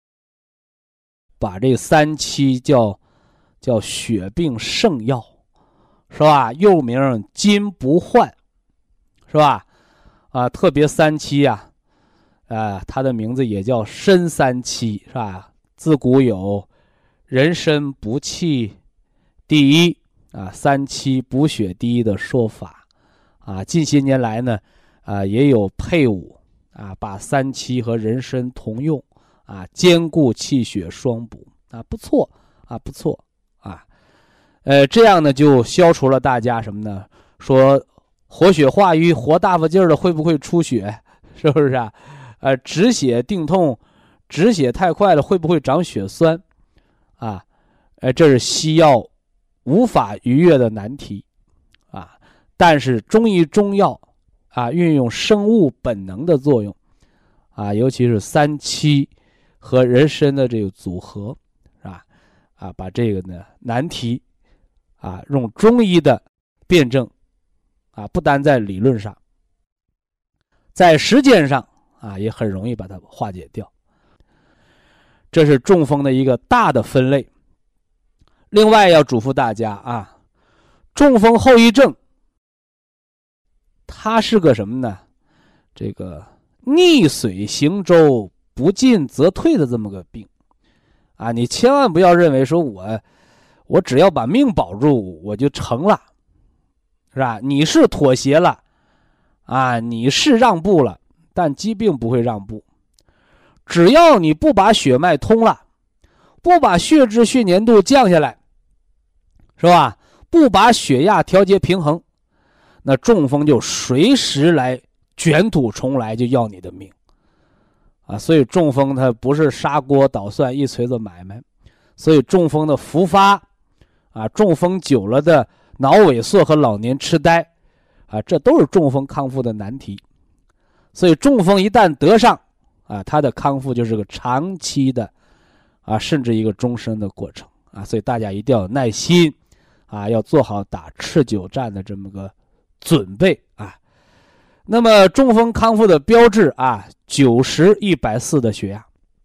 把这三七叫叫血病圣药，是吧？又名金不换，是吧？啊，特别三七啊，啊，它的名字也叫参三七，是吧？自古有人参补气第一啊，三七补血第一的说法啊。近些年来呢，啊，也有配伍啊，把三七和人参同用啊，兼顾气血双补啊，不错啊，不错啊。呃，这样呢就消除了大家什么呢？说活血化瘀、活大发劲儿的会不会出血？是不是啊？呃，止血定痛，止血太快了会不会长血栓？啊，呃，这是西药无法逾越的难题啊。但是中医中药啊，运用生物本能的作用啊，尤其是三七和人参的这个组合啊啊，把这个呢难题啊，用中医的辩证啊，不单在理论上，在实践上啊，也很容易把它化解掉。这是中风的一个大的分类。另外要嘱咐大家啊，中风后遗症它是个什么呢？这个逆水行舟，不进则退的这么个病啊，你千万不要认为说我我只要把命保住我就成了，是吧？你是妥协了啊，你是让步了，但疾病不会让步。只要你不把血脉通了，不把血脂血粘度降下来，是吧？不把血压调节平衡，那中风就随时来卷土重来，就要你的命啊！所以中风它不是砂锅捣蒜一锤子买卖，所以中风的复发啊，中风久了的脑萎缩和老年痴呆啊，这都是中风康复的难题。所以中风一旦得上啊，它的康复就是个长期的啊，甚至一个终身的过程啊，所以大家一定要有耐心啊，要做好打持久战的这么个准备啊。那么中风康复的标志啊，九十一百四的血压，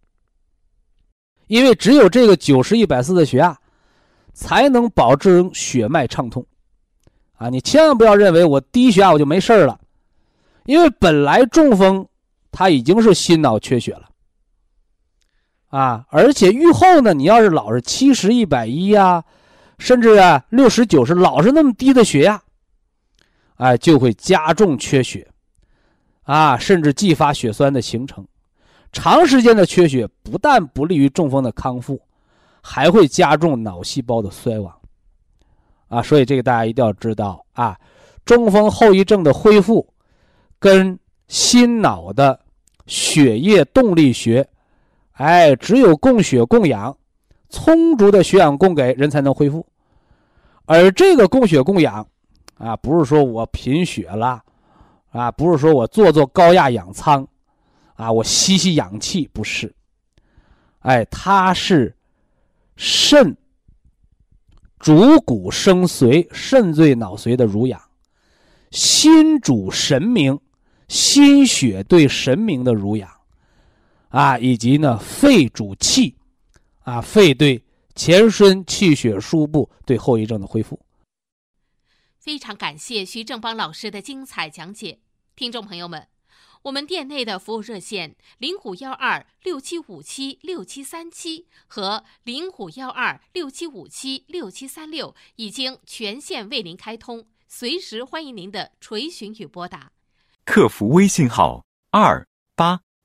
因为只有这个九十一百四的血压，才能保证血脉畅通啊。你千万不要认为我低血压我就没事了，因为本来中风它已经是心脑缺血了啊，而且愈后呢，你要是老是七十、一百一啊，甚至啊六十、九十，老是那么低的血压，哎，就会加重缺血啊，甚至继发血栓的形成。长时间的缺血不但不利于中风的康复，还会加重脑细胞的衰亡啊。所以这个大家一定要知道啊，中风后遗症的恢复跟心脑的血液动力学，哎，只有供血供氧，充足的血氧供给人才能恢复。而这个供血供氧啊，不是说我贫血了啊，不是说我做做高压氧舱啊，我吸吸氧气，不是。哎，它是肾主骨生髓，肾最脑髓的濡养，心主神明，心血对神明的濡养啊，以及呢肺主气啊，肺对全身气血输布，对后遗症的恢复。 非常感谢徐正邦老师的精彩讲解。听众朋友们，我们店内的服务热线零五幺二六七五七六七三七和零五幺二六七五七六七三六已经全线为您开通，随时欢迎您的垂询与拨打。 客服微信号二八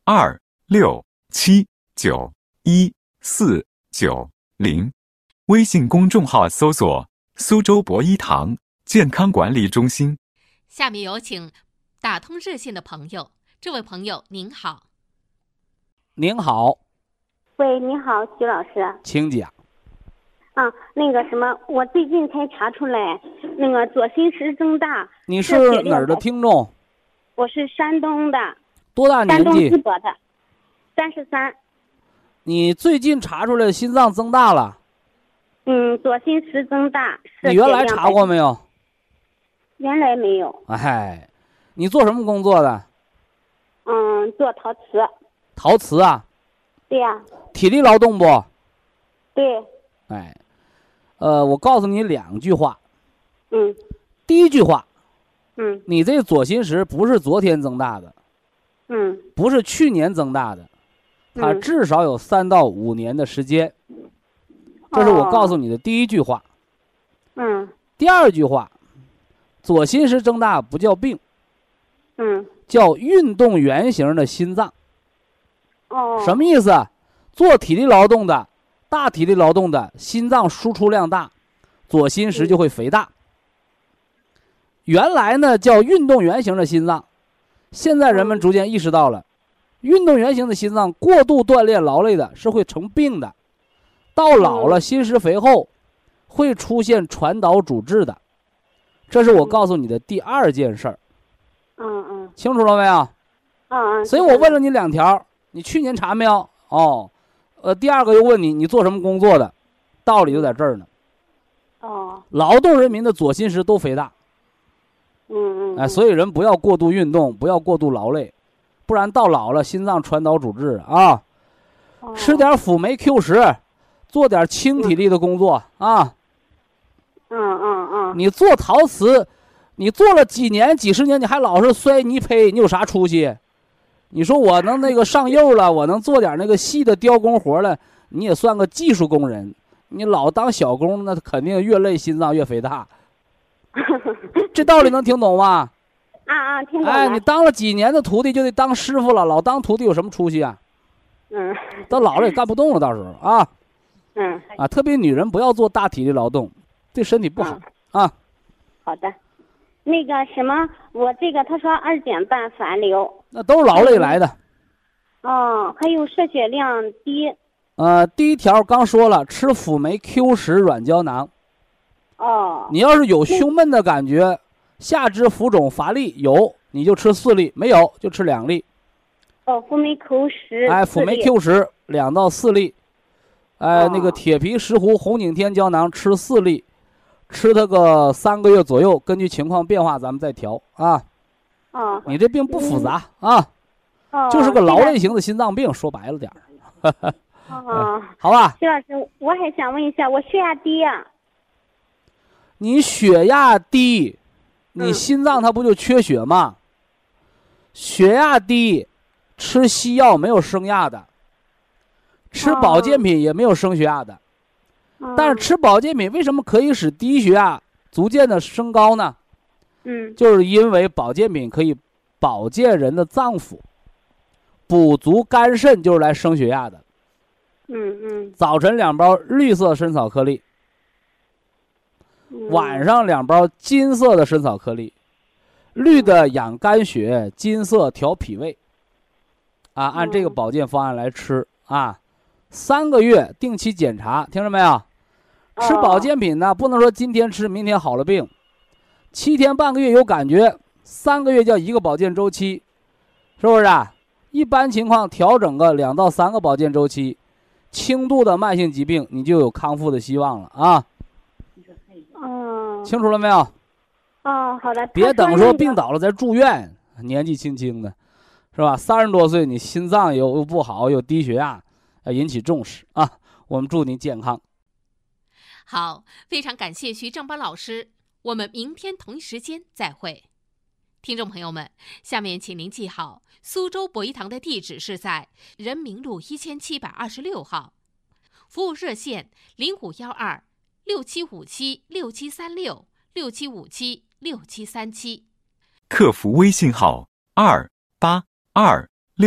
二六七九一四九零。微信公众号搜索苏州博一堂健康管理中心。 下面有请打通热线的朋友，这位朋友您好。 您好。 喂，你好，徐老师。 请讲。 啊，那个什么，我最近才查出来，那个左心室增大。 你是哪儿的听众？ 我是山东的。 多大年纪？ 山东淄博的，三十三。 你最近查出来心脏增大了？ 嗯，左心室增大。 你原来查过没有？ 原来没有。 哎，你做什么工作的？ 嗯，做陶瓷。 陶瓷啊？ 对呀、啊。 体力劳动不？ 对。 哎，呃，我告诉你两句话。 嗯。 第一句话。 嗯。 你这左心室不是昨天增大的。 嗯。 不是去年增大的，它至少有三到五年的时间。嗯、这是我告诉你的第一句话。 嗯。 第二句话，左心室增大不叫病。 嗯。叫运动员型的心脏。 哦。 什么意思？做体力劳动的，大体力劳动的，心脏输出量大，左心室就会肥大。嗯、原来呢叫运动员型的心脏，现在人们逐渐意识到了，运动员型的心脏过度锻炼劳累的是会成病的，到老了心室肥厚，会出现传导阻滞的。这是我告诉你的第二件事儿。 嗯嗯。 清楚了没有？ 嗯嗯。 所以我问了你两条，你去年查没有？哦。呃，第二个又问你，你做什么工作的？道理就在这儿呢。 哦。 劳动人民的左心室都肥大。 嗯嗯。 哎，所以人不要过度运动，不要过度劳累，不然到老了心脏传导阻滞啊。哦、吃点辅酶 Q 十，做点轻体力的工作、嗯、啊。 嗯嗯嗯。 你做陶瓷，你做了几年、几十年，你还老是摔泥胚，你有啥出息？你说我能那个上釉了，我能做点那个细的雕工活了，你也算个技术工人。你老当小工，那肯定越累心脏越肥大。这道理能听懂吗？ 啊啊，听懂了。 哎，你当了几年的徒弟就得当师傅了，老当徒弟有什么出息啊？ 嗯。 到老了也干不动了，到时候啊。 嗯。 啊，特别女人不要做大体力劳动，对身体不好、嗯、啊。 好的。那个什么，我这个他说二减半反流， 那都是劳累来的。 哦，还有摄血量低。 呃，第一条刚说了，吃辅酶 Q 十软胶囊。 哦。 你要是有胸闷的感觉，下肢浮肿乏力有，你就吃四粒；没有就吃两粒。 哦，辅酶 Q 十。 哎，辅酶 Q 十两到四粒。哎，哦、那个铁皮石斛红景天胶囊吃四粒。吃它个三个月左右，根据情况变化，咱们再调啊。 哦。 你这病不复杂、嗯、啊， 哦， 就是个劳累型的心脏病，说白了点儿。 哦、嗯， 好吧。 徐老师，我还想问一下，我血压低呀、啊。 你血压低，你心脏它不就缺血吗？嗯、血压低，吃西药没有升压的，吃保健品也没有升血压的。哦、但是吃保健品为什么可以使低血压逐渐的升高呢？ 嗯， 就是因为保健品可以保健人的脏腑，补足肝肾就是来升血压的。 嗯嗯。 早晨两包绿色参草颗粒，嗯、晚上两包金色的参草颗粒，绿的养肝血，金色调脾胃。啊，按这个保健方案来吃啊，三个月定期检查，听着没有？吃保健品呢，不能说今天吃明天好了病，七天半个月有感觉，三个月叫一个保健周期，是不是啊？一般情况调整个两到三个保健周期，轻度的慢性疾病你就有康复的希望了啊。 嗯。 清楚了没有？ 哦，好的。 别等说病倒了再住院，年纪轻轻的，是吧？三十多岁你心脏又不好又低血压，要引起重视啊。我们祝您健康。 好，非常感谢徐正邦老师，我们明天同一时间再会。听众朋友们，下面请您记好，苏州博一堂的地址是在人民路一千七百二十六号，服务热线零五幺二六七五七六七三六六七五七六七三七， 客服微信号二八二六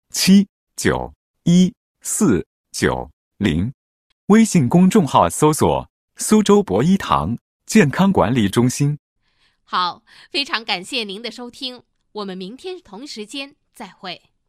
七九一四九零。微信公众号搜索苏州博一堂健康管理中心。 好，非常感谢您的收听，我们明天同一时间再会。